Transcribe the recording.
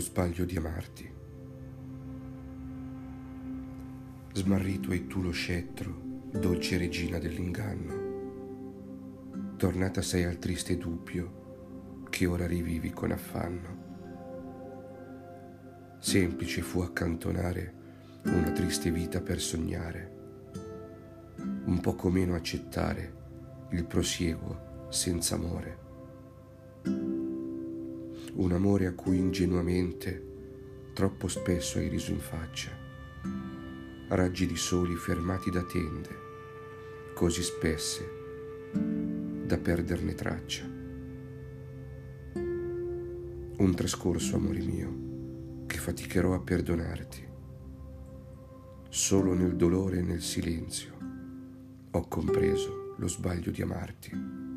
sbaglio di amarti. Smarrito hai tu lo scettro, dolce regina dell'inganno. Tornata sei al triste dubbio che ora rivivi con affanno. Semplice fu accantonare una triste vita per sognare, un poco meno accettare il prosieguo senza amore. Un amore a cui ingenuamente troppo spesso hai riso in faccia, raggi di soli fermati da tende, così spesse da perderne traccia. Un trascorso, amore mio, che faticherò a perdonarti. Solo nel dolore e nel silenzio ho compreso lo sbaglio di amarti.